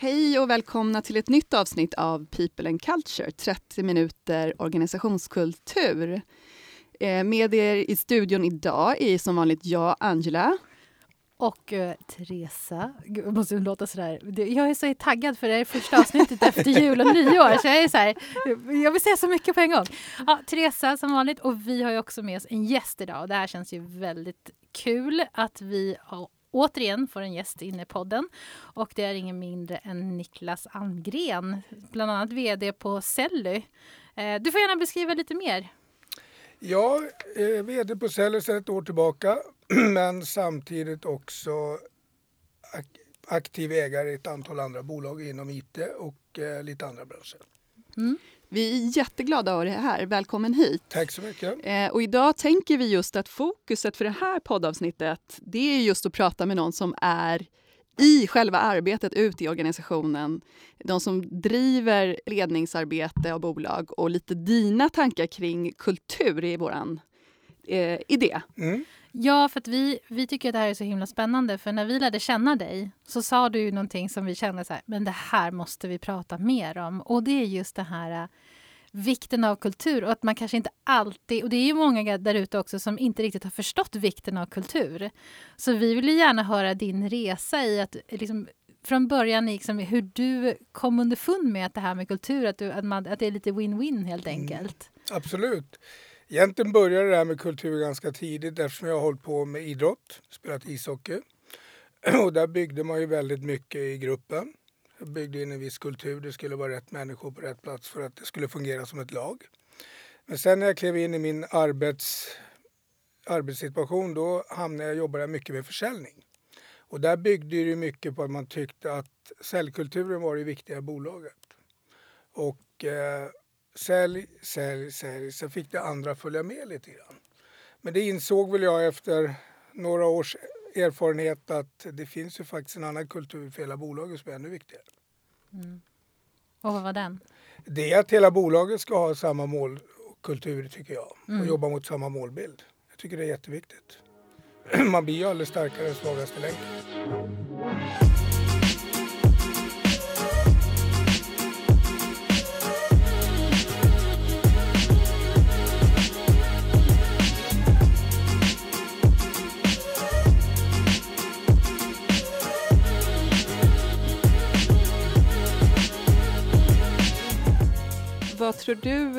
Hej och välkomna till ett nytt avsnitt av People and Culture, 30 minuter organisationskultur. Med er i studion idag är som vanligt jag, Angela. Och Teresa. Gud, jag måste låta sådär. Jag är så taggad för det är första avsnittet efter jul och nyår. Så jag är så här, jag vill säga så mycket på en gång. Ja, Teresa som vanligt, och vi har ju också med oss en gäst idag. Och det här känns ju väldigt kul att vi återigen får en gäst inne i podden. Och det är ingen mindre än Niklas Almgren, bland annat vd på Selly. Du får gärna beskriva lite mer. Jag är vd på Selly sedan ett år tillbaka, men samtidigt också aktiv ägare i ett antal andra bolag inom IT och lite andra branscher. Mm. Vi är jätteglada att ha dig här. Välkommen hit. Tack så mycket. Och idag tänker vi just att fokuset för det här poddavsnittet, det är just att prata med någon som är i själva arbetet ut i organisationen. De som driver ledningsarbete av bolag och lite dina tankar kring kultur i våran idé. Mm. Ja, för att vi tycker att det här är så himla spännande. För när vi lärde känna dig så sa du ju någonting som vi kände så här, men det här måste vi prata mer om. Och det är just det här vikten av kultur. Och att man kanske inte alltid, och det är ju många där ute också som inte riktigt har förstått vikten av kultur. Så vi vill ju gärna höra din resa i att liksom, från början liksom, hur du kom underfund med att det här med kultur, att det är lite win-win helt enkelt. Absolut. Egentligen började det här med kultur ganska tidigt eftersom jag har hållit på med idrott, spelat ishockey. Och där byggde man ju väldigt mycket i gruppen. Jag byggde in en viss kultur, det skulle vara rätt människor på rätt plats för att det skulle fungera som ett lag. Men sen när jag klev in i min arbetssituation, då jobbade jag mycket med försäljning. Och där byggde det mycket på att man tyckte att säljkulturen var det viktiga bolaget. Och sälj. Så fick det andra följa med lite grann. Men det insåg väl jag efter några års erfarenhet att det finns ju faktiskt en annan kultur för hela bolaget som är ännu viktigare. Mm. Och vad var den? Det är att hela bolaget ska ha samma mål och kultur tycker jag. Och jobba mot samma målbild. Jag tycker det är jätteviktigt. Man blir ju alldeles starkare än svagaste länken. Vad tror du,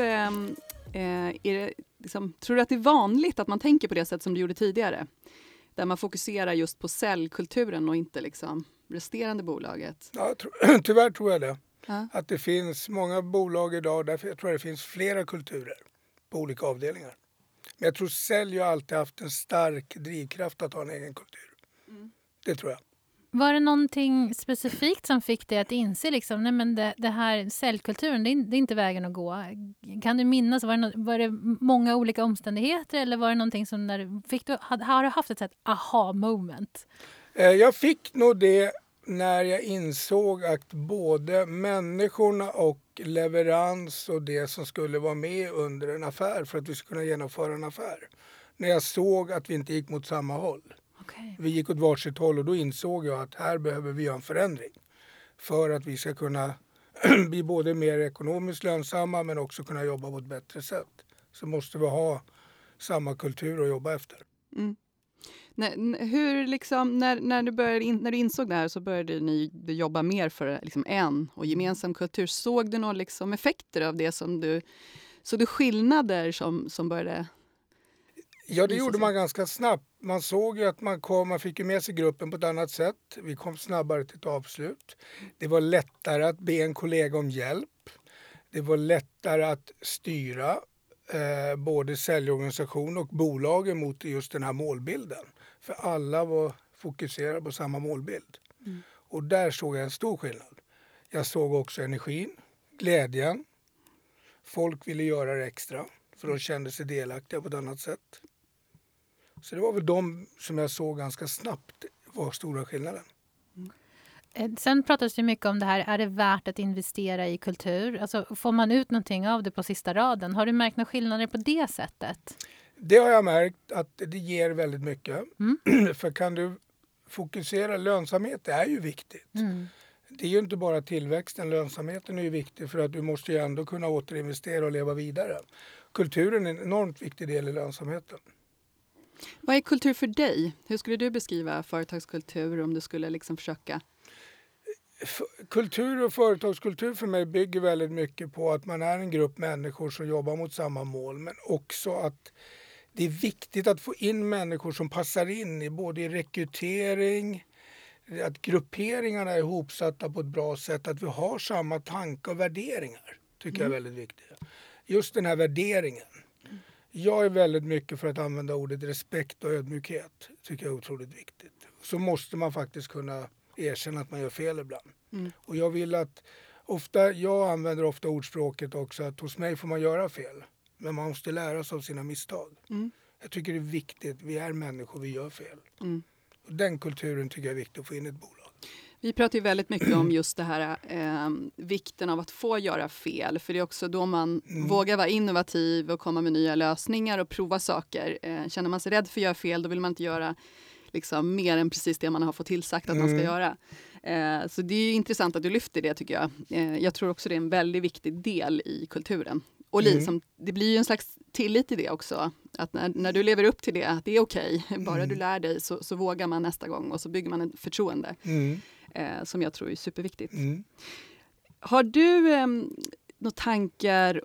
tror du att det är vanligt att man tänker på det sätt som du gjorde tidigare? Där man fokuserar just på säljkulturen och inte liksom resterande bolaget? Ja, tyvärr tror jag det. Ja. Att det finns många bolag idag, därför jag tror att det finns flera kulturer på olika avdelningar. Men jag tror sälj har alltid haft en stark drivkraft att ha en egen kultur. Det tror jag. Var det någonting specifikt som fick dig att inse liksom, nej men det här säljkulturen, det är inte vägen att gå? Kan du minnas, var det många olika omständigheter eller var det någonting som har du haft ett aha-moment? Jag fick nog det när jag insåg att både människorna och leverans och det som skulle vara med under en affär för att vi skulle kunna genomföra en affär. När jag såg att vi inte gick mot samma håll. Okay. Vi gick åt varsitt håll och då insåg jag att här behöver vi göra en förändring. För att vi ska kunna bli både mer ekonomiskt lönsamma men också kunna jobba på ett bättre sätt. Så måste vi ha samma kultur att jobba efter. Mm. Hur liksom, när du insåg det här så började ni jobba mer för liksom en och gemensam kultur. Såg du några liksom effekter av det såg du skillnader som började? Ja, det gjorde man ganska snabbt. Man såg ju att man fick ju med sig gruppen på ett annat sätt. Vi kom snabbare till ett avslut. Det var lättare att be en kollega om hjälp. Det var lättare att styra både säljorganisation och bolagen mot just den här målbilden. För alla var fokuserade på samma målbild. Och där såg jag en stor skillnad. Jag såg också energin, glädjen. Folk ville göra det extra för de kände sig delaktiga på ett annat sätt. Så det var väl de som jag såg ganska snabbt var stora skillnaden. Sen pratas det mycket om det här, är det värt att investera i kultur? Alltså, får man ut någonting av det på sista raden? Har du märkt några skillnader på det sättet? Det har jag märkt att det ger väldigt mycket. För kan du fokusera, lönsamhet är ju viktigt. det är ju inte bara tillväxten, lönsamheten är ju viktig för att du måste ju ändå kunna återinvestera och leva vidare. Kulturen är en enormt viktig del i lönsamheten. Vad är kultur för dig? Hur skulle du beskriva företagskultur om du skulle liksom försöka? Kultur och företagskultur för mig bygger väldigt mycket på att man är en grupp människor som jobbar mot samma mål, men också att det är viktigt att få in människor som passar in i både i rekrytering, att grupperingarna är ihopsatta på ett bra sätt, att vi har samma tankar och värderingar tycker jag är väldigt viktigt. Just den här värderingen. Jag är väldigt mycket för att använda ordet respekt och ödmjukhet, tycker jag är otroligt viktigt. Så måste man faktiskt kunna erkänna att man gör fel ibland. Och jag vill att jag använder ofta ordspråket också att hos mig får man göra fel. Men man måste lära sig av sina misstag. Jag tycker det är viktigt, vi är människor, vi gör fel. Och den kulturen tycker jag är viktig att få in i ett bolag. Vi pratar ju väldigt mycket om just det här vikten av att få göra fel. För det är också då man vågar vara innovativ och komma med nya lösningar och prova saker. Känner man sig rädd för att göra fel, då vill man inte göra liksom mer än precis det man har fått tillsagt att man ska göra. Så det är ju intressant att du lyfter det tycker jag. Jag tror också det är en väldigt viktig del i kulturen. Och det blir ju en slags tillit i det också. Att när du lever upp till det, att det är okej. Bara du lär dig så vågar man nästa gång och så bygger man ett förtroende. Som jag tror är superviktigt. Har du några tankar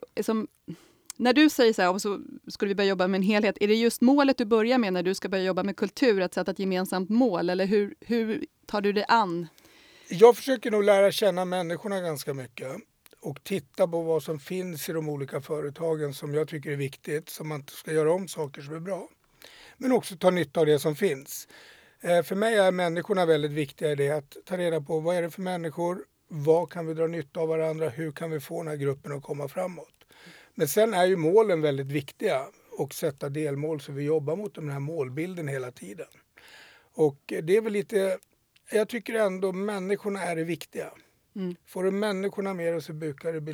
när du säger så här, och så skulle vi börja jobba med en helhet, är det just målet du börjar med när du ska börja jobba med kultur, att sätta ett gemensamt mål, eller hur tar du det an? Jag försöker nog lära känna människorna ganska mycket och titta på vad som finns i de olika företagen som jag tycker är viktigt, som man ska göra om saker som är bra, men också ta nytta av det som finns. För mig är människorna väldigt viktiga i det, att ta reda på vad är det för människor, vad kan vi dra nytta av varandra, hur kan vi få den här gruppen att komma framåt. Men sen är ju målen väldigt viktiga och sätta delmål så vi jobbar mot den här målbilden hela tiden. Och det är väl lite, jag tycker ändå människorna är det viktiga. Får du människorna med så brukar det bli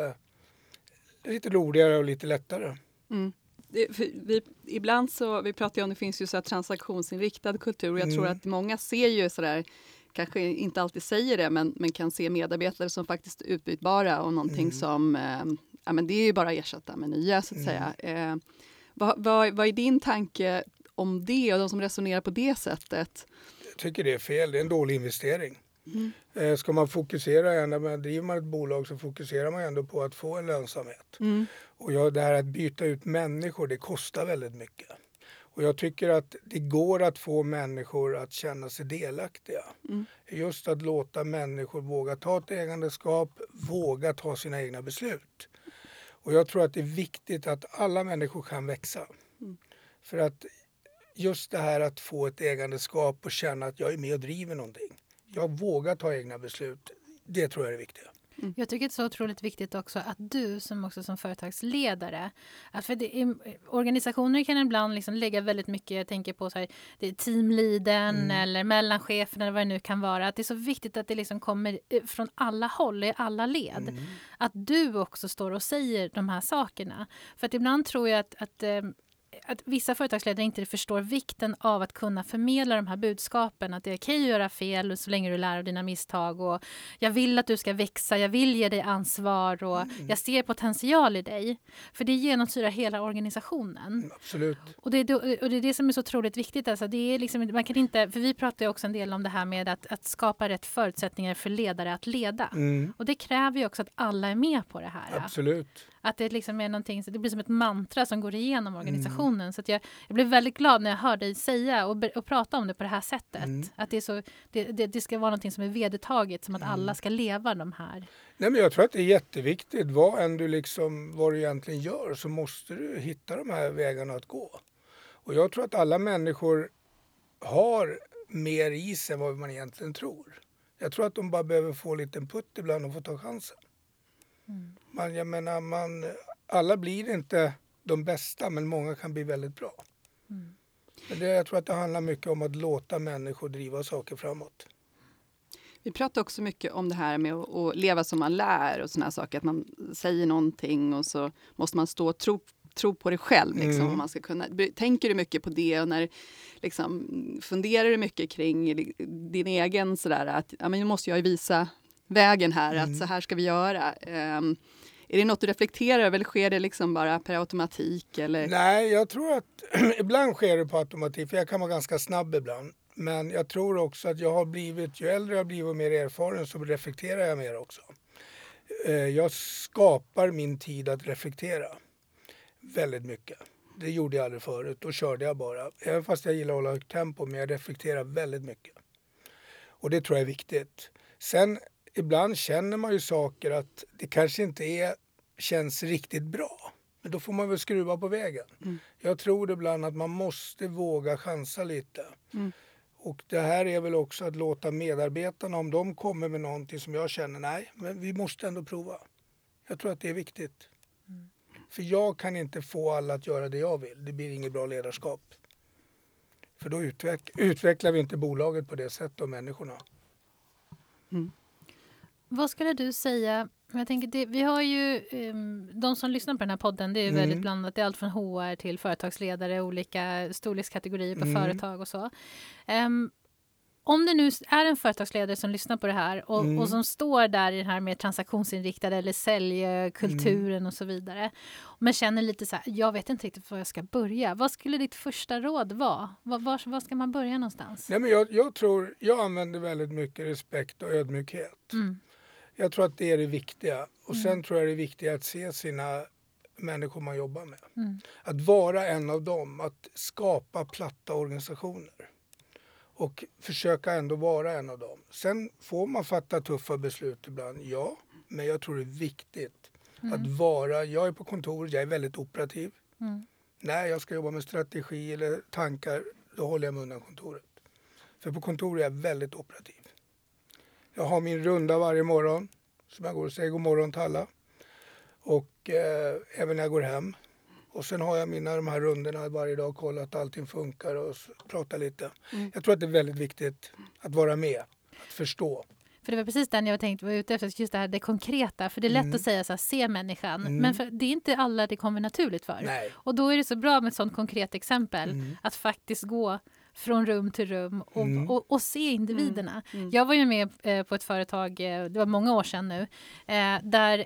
lite roligare och lite lättare. Ibland vi pratar ju om det finns ju så här transaktionsinriktad kultur och jag tror att många ser ju sådär, kanske inte alltid säger det, men kan se medarbetare som faktiskt är utbytbara och någonting som, men det är ju bara att ersätta med nya så att säga. Vad är din tanke om det och de som resonerar på det sättet? Jag tycker det är fel, det är en dålig investering. Ska man fokusera, driver man ett bolag så fokuserar man ändå på att få en lönsamhet. Och det här att byta ut människor, det kostar väldigt mycket. Och jag tycker att det går att få människor att känna sig delaktiga. Just att låta människor våga ta ett ägandeskap, våga ta sina egna beslut. Och jag tror att det är viktigt att alla människor kan växa. För att just det här att få ett ägandeskap och känna att jag är med och driver någonting. Jag vågar ta egna beslut. Det tror jag är viktigt. Jag tycker det är så otroligt viktigt också att du som företagsledare, att för organisationer kan ibland liksom lägga väldigt mycket, jag tänker på så här, det är teamleaden eller mellanchefen eller vad det nu kan vara, att det är så viktigt att det liksom kommer från alla håll, i alla led. Att du också står och säger de här sakerna. För att ibland tror jag att vissa företagsledare inte förstår vikten av att kunna förmedla de här budskapen. Att det är okej att göra fel så länge du lär av dina misstag. Och jag vill att du ska växa, jag vill ge dig ansvar och jag ser potential i dig. För det genomsyrar hela organisationen. Absolut. Och det är det som är så otroligt viktigt. Alltså det är liksom, man kan inte, för vi pratar ju också en del om det här med att skapa rätt förutsättningar för ledare att leda. Och det kräver ju också att alla är med på det här. Absolut. Att det liksom är någonting, så det blir som ett mantra som går igenom organisationen. Så att jag blev väldigt glad när jag hörde dig säga och prata om det på det här sättet. Att det ska vara någonting som är vedertaget, som att alla ska leva de här. Nej, men jag tror att det är jätteviktigt. Vad du egentligen gör så måste du hitta de här vägarna att gå. Och jag tror att alla människor har mer i sig än vad man egentligen tror. Jag tror att de bara behöver få en liten putt ibland och få ta chansen. Alla blir inte de bästa, men många kan bli väldigt bra. Men jag tror att det handlar mycket om att låta människor driva saker framåt. Vi pratar också mycket om det här med att leva som man lär och såna här saker. Att man säger någonting och så måste man stå och tro på det själv. Liksom, om man ska kunna. Tänker du mycket på det och funderar du mycket kring din egen sådär att nu måste jag ju visa vägen här, att så här ska vi göra. Är det något du reflekterar över eller sker det liksom bara per automatik? Eller? Nej, jag tror att ibland sker det på automatik, för jag kan vara ganska snabb ibland. Men jag tror också att jag har blivit, ju äldre jag blivit och mer erfaren, så reflekterar jag mer också. Jag skapar min tid att reflektera väldigt mycket. Det gjorde jag aldrig förut, då körde jag bara. Även fast jag gillar att hålla högt tempo, men jag reflekterar väldigt mycket. Och det tror jag är viktigt. Sen ibland känner man ju saker att det kanske inte känns riktigt bra. Men då får man väl skruva på vägen. Jag tror ibland att man måste våga chansa lite. Och det här är väl också att låta medarbetarna, om de kommer med någonting som jag känner, nej, men vi måste ändå prova. Jag tror att det är viktigt. För jag kan inte få alla att göra det jag vill. Det blir inget bra ledarskap. För då utvecklar vi inte bolaget på det sättet och människorna. Vad skulle du säga? Jag tänker, vi har ju de som lyssnar på den här podden, det är väldigt blandat. Det är allt från HR till företagsledare, olika storlekskategorier på företag och så. Om det nu är en företagsledare som lyssnar på det här och som står där i den här mer transaktionsinriktade eller säljkulturen och så vidare, men känner lite så här, jag vet inte riktigt var jag ska börja. Vad skulle ditt första råd vara? Var ska man börja någonstans? Nej, men jag använder väldigt mycket respekt och ödmjukhet. Jag tror att det är det viktiga. Och sen tror jag det är viktigt att se sina människor man jobbar med. Att vara en av dem, att skapa platta organisationer. Och försöka ändå vara en av dem. Sen får man fatta tuffa beslut ibland, ja. Men jag tror det är viktigt att vara, jag är på kontoret, jag är väldigt operativ. När jag ska jobba med strategi eller tankar, då håller jag mig undan kontoret. För på kontoret är jag väldigt operativ. Jag har min runda varje morgon som jag går och säger god morgon till alla. Och även när jag går hem. Och sen har jag de här rundorna varje dag, kollat att allting funkar och prata lite. Jag tror att det är väldigt viktigt att vara med, att förstå. För det var precis den jag tänkte vara ute efter, just det här det konkreta. För det är lätt att säga så här, se människan. Men det är inte alla det kommer naturligt för. Nej. Och då är det så bra med ett sånt konkret exempel. Att faktiskt gå från rum till rum och se individerna. Jag var ju med på ett företag, det var många år sedan nu, där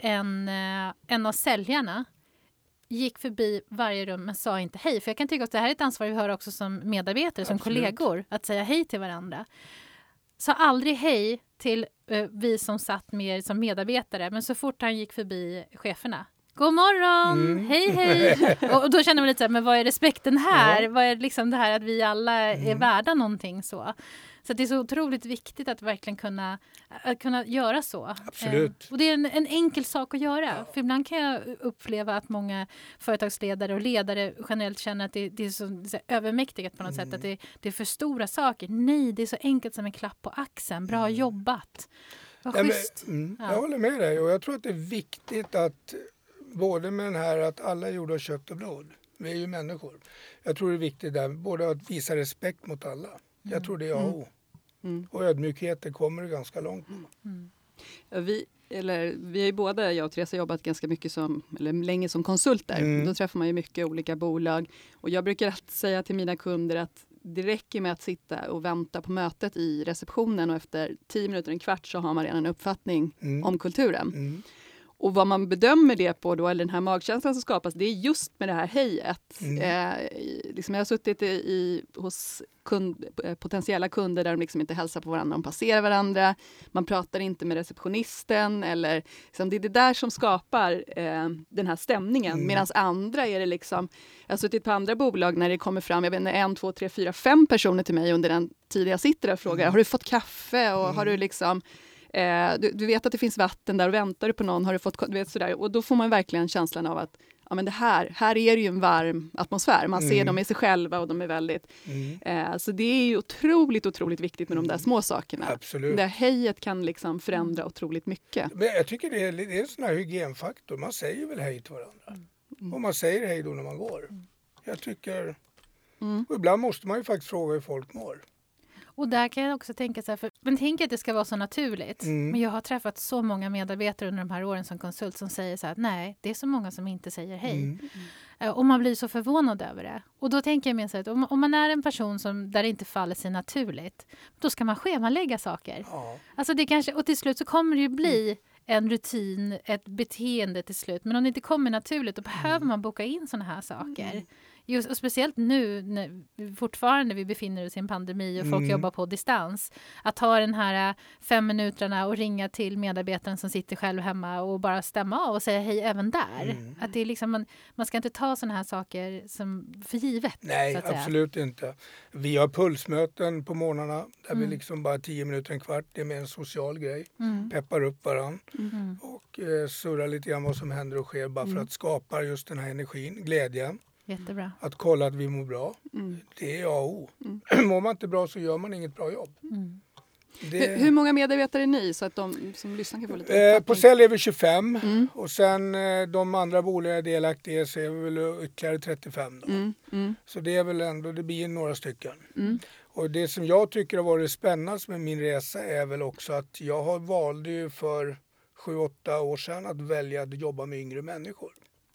en av säljarna gick förbi varje rum men sa inte hej. För jag kan tycka att det här är ett ansvar vi har också som medarbetare, som kollegor, att säga hej till varandra. Sa aldrig hej till vi som satt mer som medarbetare, men så fort han gick förbi cheferna. God morgon, hej. Och då känner man lite så här, men vad är respekten här? Ja. Vad är liksom det här att vi alla är värda någonting så? Så det är så otroligt viktigt att verkligen kunna göra så. Absolut. Och det är en enkel sak att göra. Ja. För ibland kan jag uppleva att många företagsledare och ledare generellt känner att det är så övermäktigt på något sätt. Att det är för stora saker. Nej, det är så enkelt som en klapp på axeln. Bra jobbat. Vad schysst. Jag håller med dig, och jag tror att det är viktigt att både med den här att alla är gjorda av kött och blod. Vi är ju människor. Jag tror det är viktigt där, både att visa respekt mot alla. Jag tror det är A och Och ödmjukheten kommer det ganska långt. Vi har ju båda, jag och Therese, jobbat ganska mycket länge som konsulter. Då träffar man ju mycket olika bolag. Och jag brukar alltid säga till mina kunder att det räcker med att sitta och vänta på mötet i receptionen, och efter 10 minuter, en kvart, så har man redan en uppfattning om kulturen. Och vad man bedömer det på då, eller den här magkänslan som skapas, det är just med det här hejet. Jag har suttit hos potentiella kunder där de liksom inte hälsar på varandra, de passerar varandra. Man pratar inte med receptionisten. Eller, liksom, det är det där som skapar den här stämningen. Medan andra är det liksom, jag har suttit på andra bolag när det kommer fram, jag vet inte, 1, 2, 3, 4, 5 personer till mig under den tiden jag sitter där och frågar, har du fått kaffe? Och har du liksom... Du vet att det finns vatten där och väntar du på någon, har du fått, du vet, sådär. Och då får man verkligen känslan av att ja, men här är det ju en varm atmosfär. Man ser dem i sig själva och de är väldigt... Så det är ju otroligt viktigt med de där små sakerna. Absolut. Det här hejet kan liksom förändra otroligt mycket. Men jag tycker det är en sån här hygienfaktor. Man säger väl hej till varandra. Och man säger hej då när man går. Jag tycker... Och ibland måste man ju faktiskt fråga hur folk mår. Och där kan jag också tänka så här, men tänk att det ska vara så naturligt. Men jag har träffat så många medarbetare under de här åren som konsult som säger så här, nej, det är så många som inte säger hej. Och man blir så förvånad över det. Och då tänker jag mer så här, att om man är en person där det inte faller sig naturligt, då ska man schemalägga saker. Ja. Alltså det kanske, och till slut så kommer det ju bli en rutin, ett beteende till slut. Men om det inte kommer naturligt, då behöver man boka in såna här saker. Just, och speciellt nu när vi befinner oss i en pandemi och folk jobbar på distans. Att ta den här 5 minuterna och ringa till medarbetaren som sitter själv hemma och bara stämma av och säga hej även där. Att det är liksom man ska inte ta såna här saker som för givet. Nej, så att säga. absolut inte. Vi har pulsmöten på morgnarna där vi liksom bara 10 minuter, en kvart. Det är mer en social grej. Peppar upp varann och surrar lite grann vad som händer och sker bara för att skapa just den här energin, glädjen. Jättebra. Att kolla att vi mår bra, det är A och O. Mår man inte bra så gör man inget bra jobb. Hur många medarbetare är ni så att de som lyssnar kan få lite på Cell är vi 25 och sen de andra bolagen är delaktiga så är vi väl ytterligare 35 då. Så det är väl ändå, det blir några stycken. Och det som jag tycker har varit spännande med min resa är väl också att jag valde ju för 7-8 år sedan att välja att jobba med yngre människor.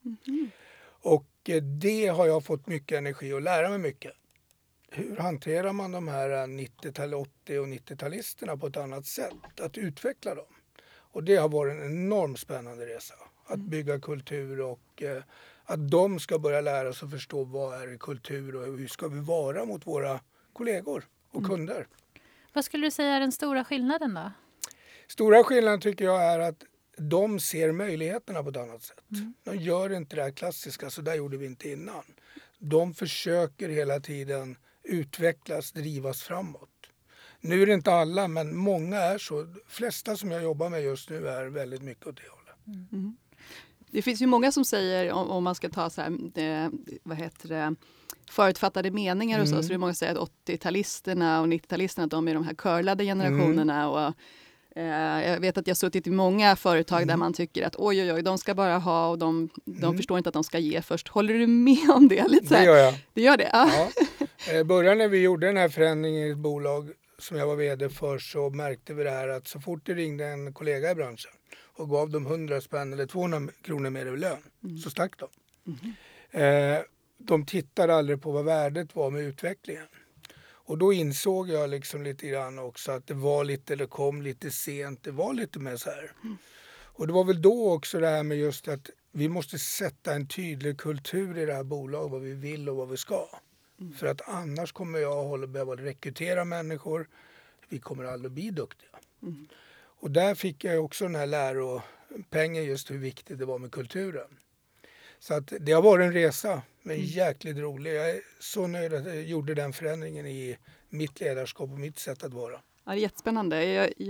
Och det har jag fått mycket energi och lära mig mycket. Hur hanterar man de här 80- och 90-talisterna på ett annat sätt? Att utveckla dem. Och det har varit en enormt spännande resa. Att bygga kultur och att de ska börja lära sig att förstå vad är kultur och hur ska vi vara mot våra kollegor och kunder. Vad skulle du säga är den stora skillnaden då? Stora skillnaden tycker jag är att de ser möjligheterna på ett annat sätt. De gör inte det här klassiska, så där gjorde vi inte innan. De försöker hela tiden utvecklas, drivas framåt. Nu är det inte alla, men många är så. De flesta som jag jobbar med just nu är väldigt mycket åt det hållet. Det finns ju många som säger, om man ska ta så här, förutfattade meningar och så är det många som säger att 80-talisterna och 90-talisterna, de är de här curlade generationerna och jag vet att jag suttit i många företag där man tycker att oj, de ska bara ha och de förstår inte att de ska ge först. Håller du med om det? Lite så här? Det gör jag. Det gör det? Ja. I början när vi gjorde den här förändringen i ett bolag som jag var vd för så märkte vi det här att så fort det ringde en kollega i branschen och gav dem 100 spänn eller 200 kronor mer i lön så stack de. De tittade aldrig på vad värdet var med utvecklingen. Och då insåg jag liksom lite grann också att det var lite, eller kom lite sent, det var lite mer så här. Och det var väl då också det här med just att vi måste sätta en tydlig kultur i det här bolaget, vad vi vill och vad vi ska. För att annars kommer jag behöva rekrytera människor, vi kommer aldrig bli duktiga. Och där fick jag också den här läropengen just hur viktigt det var med kulturen. Så att det har varit en resa, men jäkligt rolig. Jag är så nöjd att jag gjorde den förändringen i mitt ledarskap och mitt sätt att vara. Ja, det är jättespännande.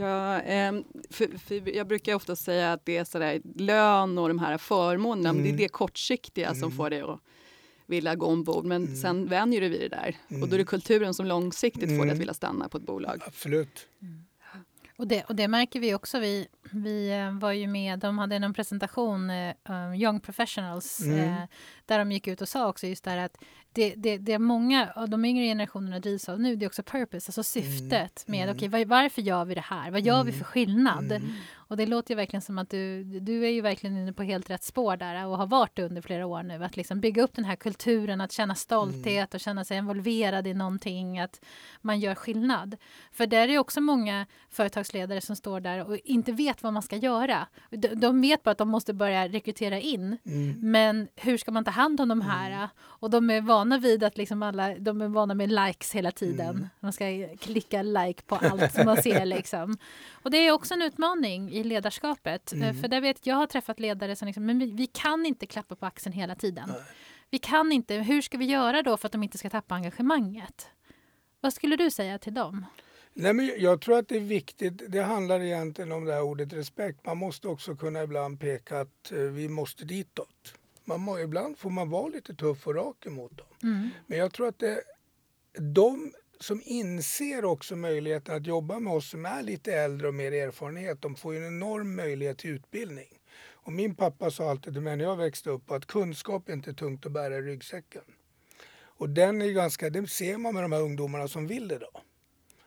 Jag brukar ofta säga att det är sådär, lön och de här förmånerna, men det är det kortsiktiga som får dig att vilja gå ombord. Men sen vänjer du vid det där. Och då är det kulturen som långsiktigt får dig att vilja stanna på ett bolag. Absolut. Och det märker vi också. Vi var ju med, de hade en presentation, Young Professionals, där de gick ut och sa också just det här att det många av de yngre generationerna drivs av nu, det är också purpose, alltså syftet med okej, varför gör vi det här? Vad gör vi för skillnad? Och det låter ju verkligen som att du är ju verkligen inne på helt rätt spår där och har varit under flera år nu. Att liksom bygga upp den här kulturen, att känna stolthet och känna sig involverad i någonting, att man gör skillnad. För där är det också många företagsledare som står där och inte vet vad man ska göra. De vet bara att de måste börja rekrytera in. Men hur ska man ta hand om de här? Och de är vana vid att liksom de är vana med likes hela tiden. Man ska klicka like på allt som man ser liksom. Och det är också en utmaning i ledarskapet. För där vet jag har träffat ledare som liksom, men vi kan inte klappa på axeln hela tiden. Nej. Vi kan inte. Hur ska vi göra då för att de inte ska tappa engagemanget? Vad skulle du säga till dem? Nej, men jag tror att det är viktigt. Det handlar egentligen om det här ordet respekt. Man måste också kunna ibland peka att vi måste ditåt. Ibland får man vara lite tuff och rak emot dem. Men jag tror att de som inser också möjligheten att jobba med oss som är lite äldre och mer erfarenhet, de får en enorm möjlighet till utbildning. Och min pappa sa alltid till mig när jag växte upp att kunskap är inte tungt att bära i ryggsäcken. Och det ser man med de här ungdomarna som vill det då.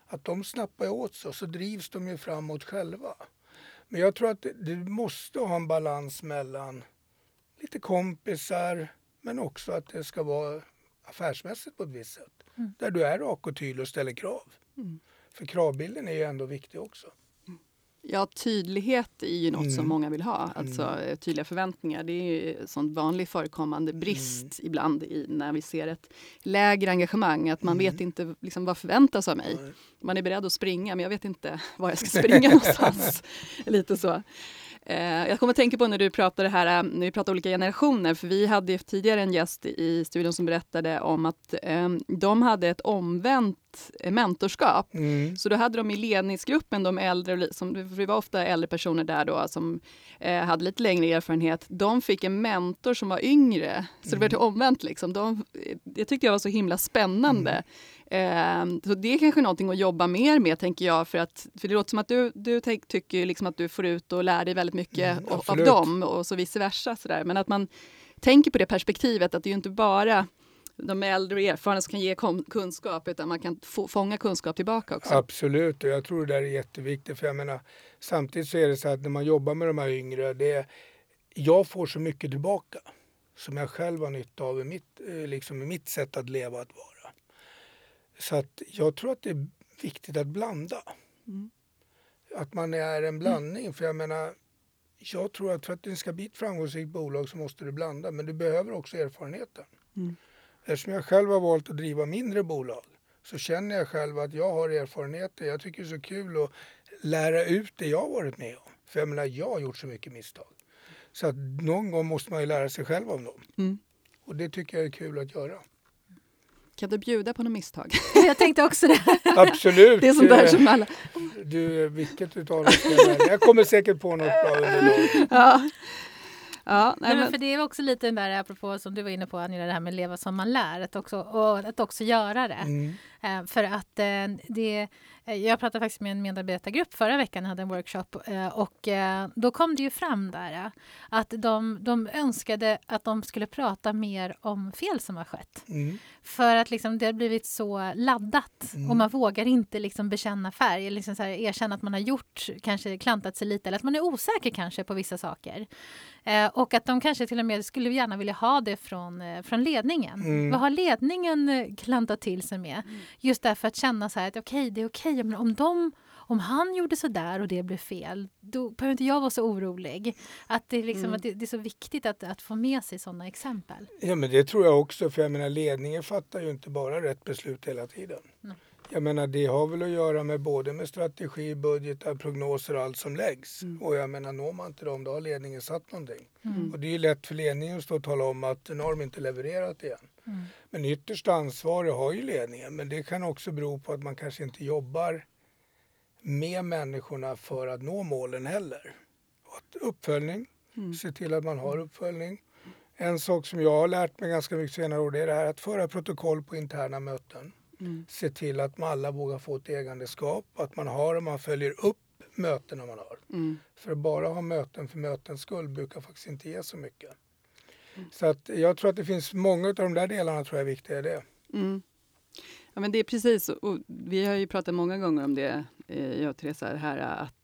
att de snappar åt sig och så drivs de ju framåt själva. Men jag tror att du måste ha en balans mellan lite kompisar men också att det ska vara affärsmässigt på ett visst sätt. Där du är rak och tydlig och ställer krav. För kravbilden är ju ändå viktig också. Ja, tydlighet är ju något som många vill ha. Alltså tydliga förväntningar. Det är ju sån vanlig förekommande brist ibland när vi ser ett lägre engagemang. Att man vet inte liksom, vad förväntas av mig. Man är beredd att springa men jag vet inte var jag ska springa någonstans. Lite så. Jag kommer att tänka på när du pratade här, när vi pratade olika generationer, för vi hade ju tidigare en gäst i studion som berättade om att de hade ett omvänt mentorskap. Så då hade de i ledningsgruppen, de äldre, för det var ofta äldre personer där då som hade lite längre erfarenhet, de fick en mentor som var yngre. Så det var till omvänt liksom. Det tyckte jag var så himla spännande. Så det är kanske någonting att jobba mer med, tänker jag, för det låter som att du tycker liksom att du får ut och lär dig väldigt mycket av dem och så vice versa. Sådär. Men att man tänker på det perspektivet att det är ju inte bara de äldre och erfarna som kan ge kunskap utan man kan fånga kunskap tillbaka också. Absolut, och jag tror det där är jätteviktigt, för jag menar, samtidigt så är det så att när man jobbar med de här yngre, jag får så mycket tillbaka som jag själv har nytta av i mitt sätt att leva, att vara. Så att jag tror att det är viktigt att blanda. Att man är en blandning. För jag menar, jag tror att för att det ska bli ett framgångsrikt bolag så måste du blanda. Men du behöver också erfarenheten. Eftersom jag själv har valt att driva mindre bolag så känner jag själv att jag har erfarenheter. Jag tycker det är så kul att lära ut det jag har varit med om. För jag menar, jag har gjort så mycket misstag. Så att någon gång måste man ju lära sig själv om dem. Och det tycker jag är kul att göra. Kan du bjuda på något misstag? Jag tänkte också det. Absolut. Det är sånt där som alla... Vilket utav dem ska jag välja? Jag kommer säkert på något bra underlag. Ja, men för det är också lite den där, apropå som du var inne på, Angela, det här med leva som man lär. Att också göra det. För att jag pratade faktiskt med en medarbetargrupp förra veckan, hade en workshop och då kom det ju fram där att de önskade att de skulle prata mer om fel som har skett. För att liksom, det har blivit så laddat och man vågar inte liksom bekänna färg eller liksom så här, erkänna att man har gjort, kanske klantat sig lite eller att man är osäker kanske på vissa saker. Och att de kanske till och med skulle gärna vilja ha det från ledningen. Vad har ledningen klantat till sig med? Just därför att känna så här att det är okej. Men om han gjorde så där och det blev fel, då behöver inte jag vara så orolig. Att det, liksom, att det är så viktigt att få med sig sådana exempel. Ja, men det tror jag också. För jag menar, ledningen fattar ju inte bara rätt beslut hela tiden. Jag menar, det har väl att göra med både med strategi, budgetar, prognoser och allt som läggs. Och jag menar, når man inte dem, då har ledningen satt någonting. Och det är ju lätt för ledningen att stå och tala om att nu har de inte levererat igen. Men ytterst ansvar har ju ledningen. Men det kan också bero på att man kanske inte jobbar med människorna för att nå målen heller. Och uppföljning, se till att man har uppföljning. En sak som jag har lärt mig ganska mycket senare år, det är det här att föra protokoll på interna möten. Se till att man alla vågar få ett ägandeskap, att man följer upp mötena man har. För att bara ha möten för mötens skull brukar faktiskt inte ge så mycket. Så att jag tror att det finns många av de där delarna tror jag är viktiga i det. Ja, men det är precis, och vi har ju pratat många gånger om det, jag och Teresa, här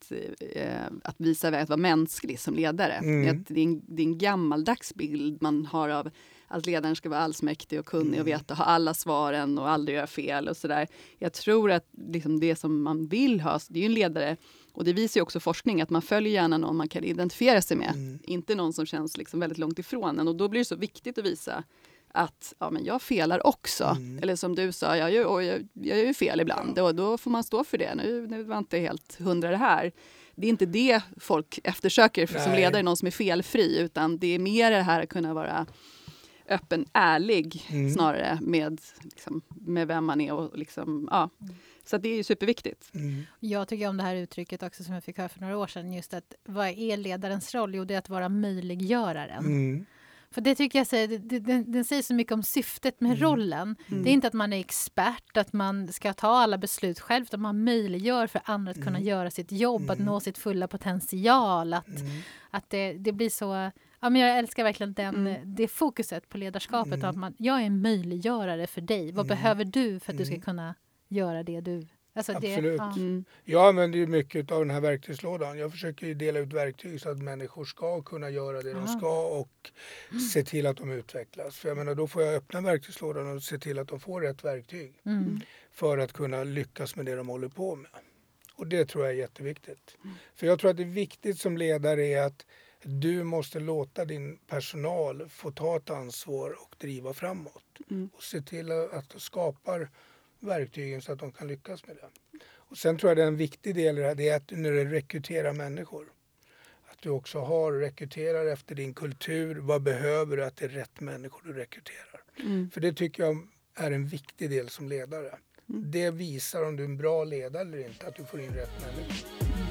att visa väg att vara mänsklig som ledare. Att det är en gammaldags bild man har av att ledaren ska vara allsmäktig och kunnig och veta, ha alla svaren och aldrig göra fel och sådär. Jag tror att liksom det som man vill ha, det är ju en ledare, och det visar ju också forskning att man följer gärna någon man kan identifiera sig med. Inte någon som känns liksom väldigt långt ifrån en, och då blir det så viktigt att visa att men jag felar också. Eller som du sa, jag gör ju fel ibland. Och då får man stå för det. Nu var inte helt 100 det här. Det är inte det folk eftersöker som ledare, någon som är felfri. Utan det är mer det här att kunna vara öppen, ärlig snarare med vem man är. Och Så det är ju superviktigt. Jag tycker om det här uttrycket också som jag fick höra för några år sedan. Just att vad är ledarens roll? Jo, det är att vara möjliggöraren. För det tycker jag säger, den säger så mycket om syftet med rollen. Det är inte att man är expert, att man ska ta alla beslut själv, utan man möjliggör för andra att kunna göra sitt jobb, att nå sitt fulla potential. Att det blir så... Ja, men jag älskar verkligen det fokuset på ledarskapet. Att jag är en möjliggörare för dig. Vad behöver du för att du ska kunna göra det du Alltså Absolut. Det, Jag använder ju mycket av den här verktygslådan. Jag försöker ju dela ut verktyg så att människor ska kunna göra det de ska och se till att de utvecklas. För jag menar, då får jag öppna verktygslådan och se till att de får rätt verktyg för att kunna lyckas med det de håller på med. Och det tror jag är jätteviktigt. För jag tror att det är viktigt som ledare är att du måste låta din personal få ta ett ansvar och driva framåt. Och se till att du skapar verktygen så att de kan lyckas med det. Och sen tror jag det är en viktig del i det här, det är att när du rekryterar människor. Att du också rekryterar efter din kultur. Vad behöver du? Att det är rätt människor du rekryterar. För det tycker jag är en viktig del som ledare. Det visar om du är en bra ledare eller inte, att du får in rätt människor.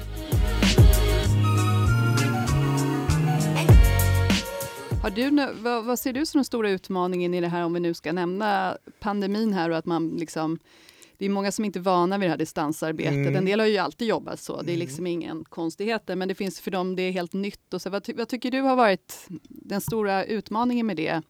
Vad ser du som den stora utmaningen i det här, om vi nu ska nämna pandemin här och att man liksom, det är många som inte är vana vid det här distansarbetet. En del har ju alltid jobbat så, det är liksom ingen konstigheter, men det finns för dem det är helt nytt. Och så, vad tycker du har varit den stora utmaningen med det?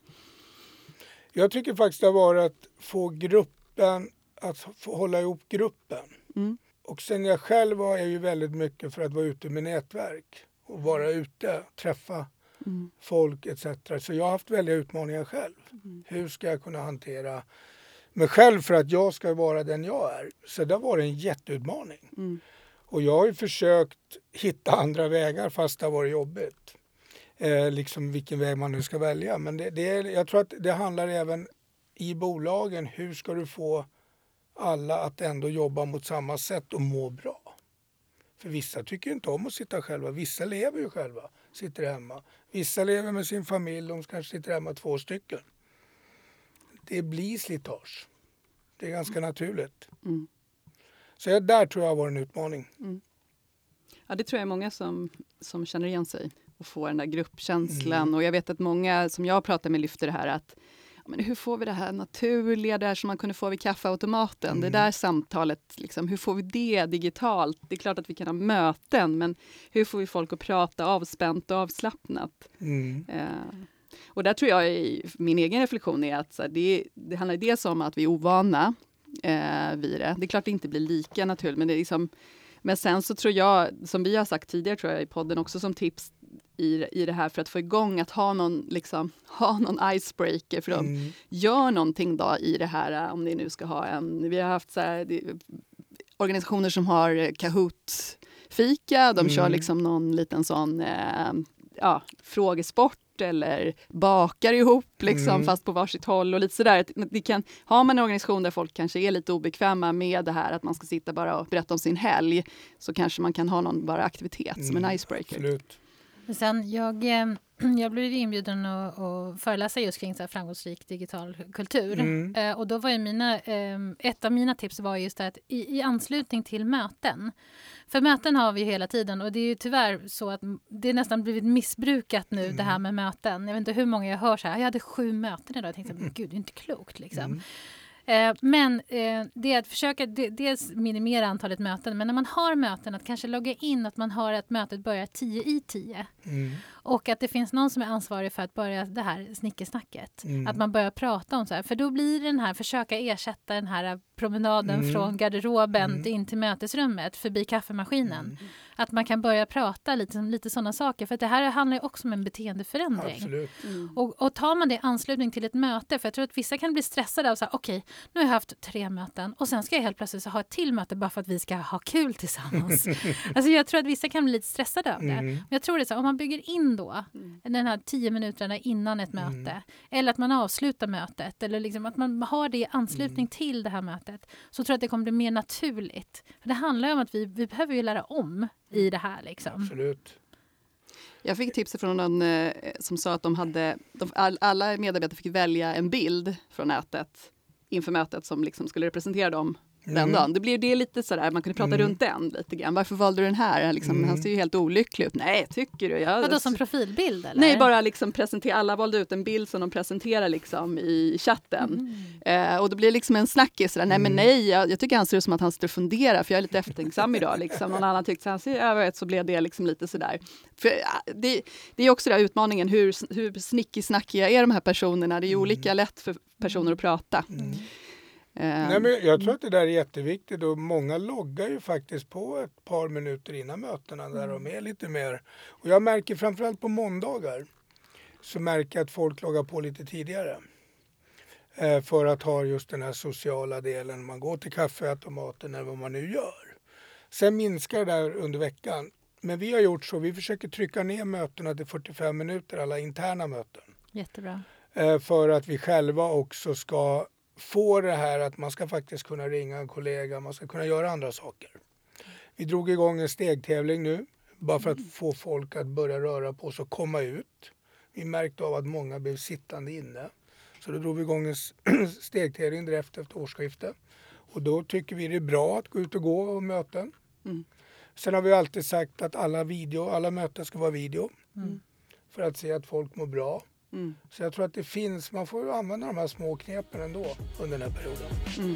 Jag tycker faktiskt det har varit att få gruppen, att få hålla ihop gruppen. Och sen jag själv var jag ju väldigt mycket för att vara ute med nätverk och vara ute, träffa folk etc. Så jag har haft väldiga utmaningar själv. Hur ska jag kunna hantera mig själv för att jag ska vara den jag är? Så det var en jätteutmaning. Och jag har ju försökt hitta andra vägar fast det har varit jobbigt. Liksom vilken väg man nu ska välja. Men jag tror att det handlar även i bolagen. Hur ska du få alla att ändå jobba mot samma sätt och må bra? För vissa tycker inte om att sitta själva. Vissa lever ju själva, sitter hemma. Vissa lever med sin familj, de kanske sitter hemma 2 stycken. Det blir slitage. Det är ganska naturligt. Så där tror jag var en utmaning. Ja, det tror jag är många som känner igen sig och får den där gruppkänslan. Och jag vet att många som jag pratar med lyfter det här att men hur får vi det här naturliga där som man kunde få vid kaffeautomaten? Det där samtalet, liksom, hur får vi det digitalt? Det är klart att vi kan ha möten, men hur får vi folk att prata avspänt och avslappnat? Och där tror jag i min egen reflektion är att så här, det handlar dels om att vi är ovana vid det. Det är klart det inte blir lika naturligt, men det är liksom, men sen så tror jag, som vi har sagt tidigare tror jag i podden också som tips i det här för att få igång att ha någon icebreaker för de gör någonting då i det här, om ni nu ska ha vi har haft så här, organisationer som har Kahoot-fika, de kör liksom någon liten sån frågesport eller bakar ihop liksom, fast på varsitt håll och lite sådär. Har man en organisation där folk kanske är lite obekväma med det här att man ska sitta bara och berätta om sin helg, så kanske man kan ha någon bara aktivitet som en icebreaker. Absolut. Sen jag blev inbjuden att föreläsa just kring så här framgångsrik digital kultur. Och då var ju ett av mina tips var just att i anslutning till möten. För möten har vi ju hela tiden och det är ju tyvärr så att det är nästan blivit missbrukat nu det här med möten. Jag vet inte hur många jag hör så här, jag hade 7 möten idag. Jag tänkte, gud det är inte klokt liksom. Men det är att försöka dels minimera antalet möten, men när man har möten att kanske logga in att man har att mötet börjar 10:10 och att det finns någon som är ansvarig för att börja det här snickesnacket. Att man börjar prata om så här, för då blir den här, försöka ersätta den här promenaden från garderoben in till mötesrummet förbi kaffemaskinen. Att man kan börja prata lite sådana saker, för att det här handlar ju också om en beteendeförändring. Absolut. Och tar man det i anslutning till ett möte, för jag tror att vissa kan bli stressade av så här, okej, nu har jag haft 3 möten och sen ska jag helt plötsligt ha ett till möte bara för att vi ska ha kul tillsammans. Alltså jag tror att vissa kan bli lite stressade av det. Men jag tror det är så, om man bygger in då den här 10 minuterna innan ett möte, eller att man avslutar mötet, eller liksom att man har det i anslutning till det här mötet, så tror jag att det kommer bli mer naturligt. För det handlar ju om att vi behöver ju lära om i det här liksom. Absolut. Jag fick tips från någon som sa att alla medarbetare fick välja en bild från nätet inför mötet som liksom skulle representera dem den dagen. Det är lite sådär, man kunde prata runt den lite grann. Varför valde du den här? Liksom, han ser ju helt olycklig ut. Nej, tycker du? Vadå, som profilbild eller? Nej, bara liksom presentera. Alla valde ut en bild som de presenterar liksom i chatten. Och då blir det liksom en snackis. Jag tycker han ser ut som att han står och funderar, för jag är lite eftertänksam idag. Liksom. Någon annan tyckte han ser över ett, så blev det liksom lite sådär. För det är också den utmaningen, hur snickig-snackiga är de här personerna? Det är ju olika lätt för personer att prata. Nej, men jag tror att det där är jätteviktigt och många loggar ju faktiskt på ett par minuter innan mötena där de är lite mer. Och jag märker framförallt på måndagar så märker jag att folk loggar på lite tidigare. För att ha just den här sociala delen. Man går till kaffeautomaten eller vad man nu gör. Sen minskar det där under veckan. Men vi har gjort så, vi försöker trycka ner mötena till 45 minuter, alla interna möten. Jättebra. För att vi själva också ska få det här att man ska faktiskt kunna ringa en kollega, man ska kunna göra andra saker. Vi drog igång en stegtävling nu, bara för att få folk att börja röra på sig och komma ut. Vi märkte av att många blev sittande inne. Så då drog vi igång en stegtävling direkt efter årsskiftet. Och då tycker vi det är bra att gå ut och gå och möten. Sen har vi alltid sagt att alla möten ska vara video. För att se att folk mår bra. Så jag tror att det finns, man får använda de här små knepen ändå under den här perioden.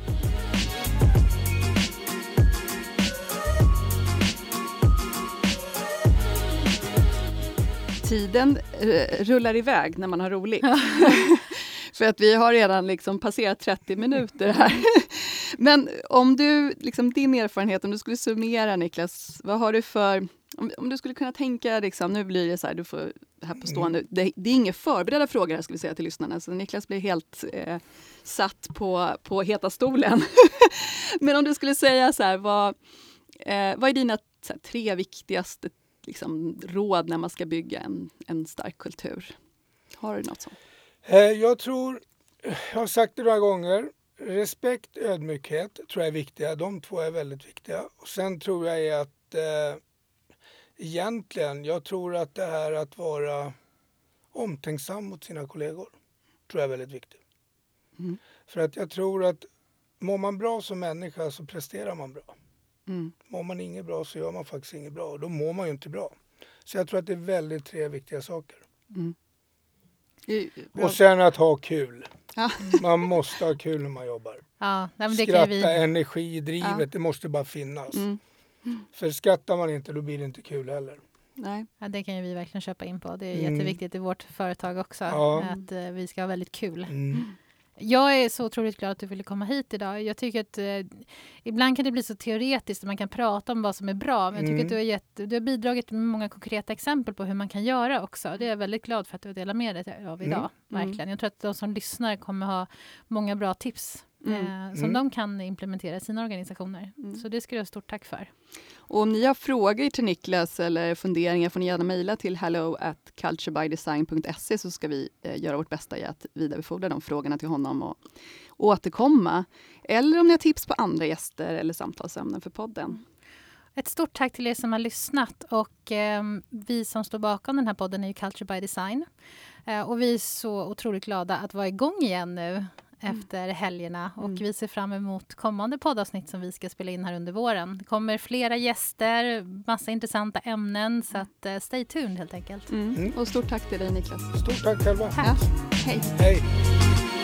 Tiden rullar iväg när man har roligt. För att vi har redan liksom passerat 30 minuter här. Men om du, liksom din erfarenhet, om du skulle summera, Niklas, vad har du för... Om du skulle kunna tänka, liksom, nu blir det så här, du får här på stående, det är inga förberedda frågor här, ska vi säga till lyssnarna, så Niklas blir helt satt på heta stolen. Men om du skulle säga så här, vad är dina så här, 3 viktigaste liksom, råd när man ska bygga en stark kultur? Har du något sånt? Jag har sagt det några gånger, respekt, ödmjukhet tror jag är viktiga, de 2 är väldigt viktiga. Och sen tror jag att egentligen, jag tror att det här att vara omtänksam mot sina kollegor tror jag är väldigt viktigt. För att jag tror att mår man bra som människa så presterar man bra. Mår man inget bra så gör man faktiskt inget bra och då mår man ju inte bra. Så jag tror att det är väldigt 3 viktiga saker. Och sen att ha kul. Man måste ha kul när man jobbar. Ja, men det skratta, kan vi... energi, drivet, det måste bara finnas. För skrattar man inte, då blir det inte kul heller. Nej. Ja, det kan ju vi verkligen köpa in på. Det är jätteviktigt i vårt företag också. Att vi ska ha väldigt kul. Jag är så otroligt glad att du ville komma hit idag. Jag tycker att ibland kan det bli så teoretiskt att man kan prata om vad som är bra. Men jag tycker att du har bidragit med många konkreta exempel på hur man kan göra också. Det är jag väldigt glad för att du delar med dig av idag. Verkligen. Jag tror att de som lyssnar kommer ha många bra tips som de kan implementera i sina organisationer. Så det ska jag ha stort tack för. Och om ni har frågor till Niklas eller funderingar får ni gärna mejla till hello@culturebydesign.se, så ska vi göra vårt bästa i att vidarebefordra de frågorna till honom och återkomma. Eller om ni har tips på andra gäster eller samtalsämnen för podden. Ett stort tack till er som har lyssnat, och vi som står bakom den här podden är ju Culture by Design. Och vi är så otroligt glada att vara igång igen nu efter helgerna, och vi ser fram emot kommande poddavsnitt som vi ska spela in här under våren. Det kommer flera gäster, massa intressanta ämnen, så att stay tuned helt enkelt. Och stort tack till dig, Niklas. Stort tack själva. Ja. Hej. Hej.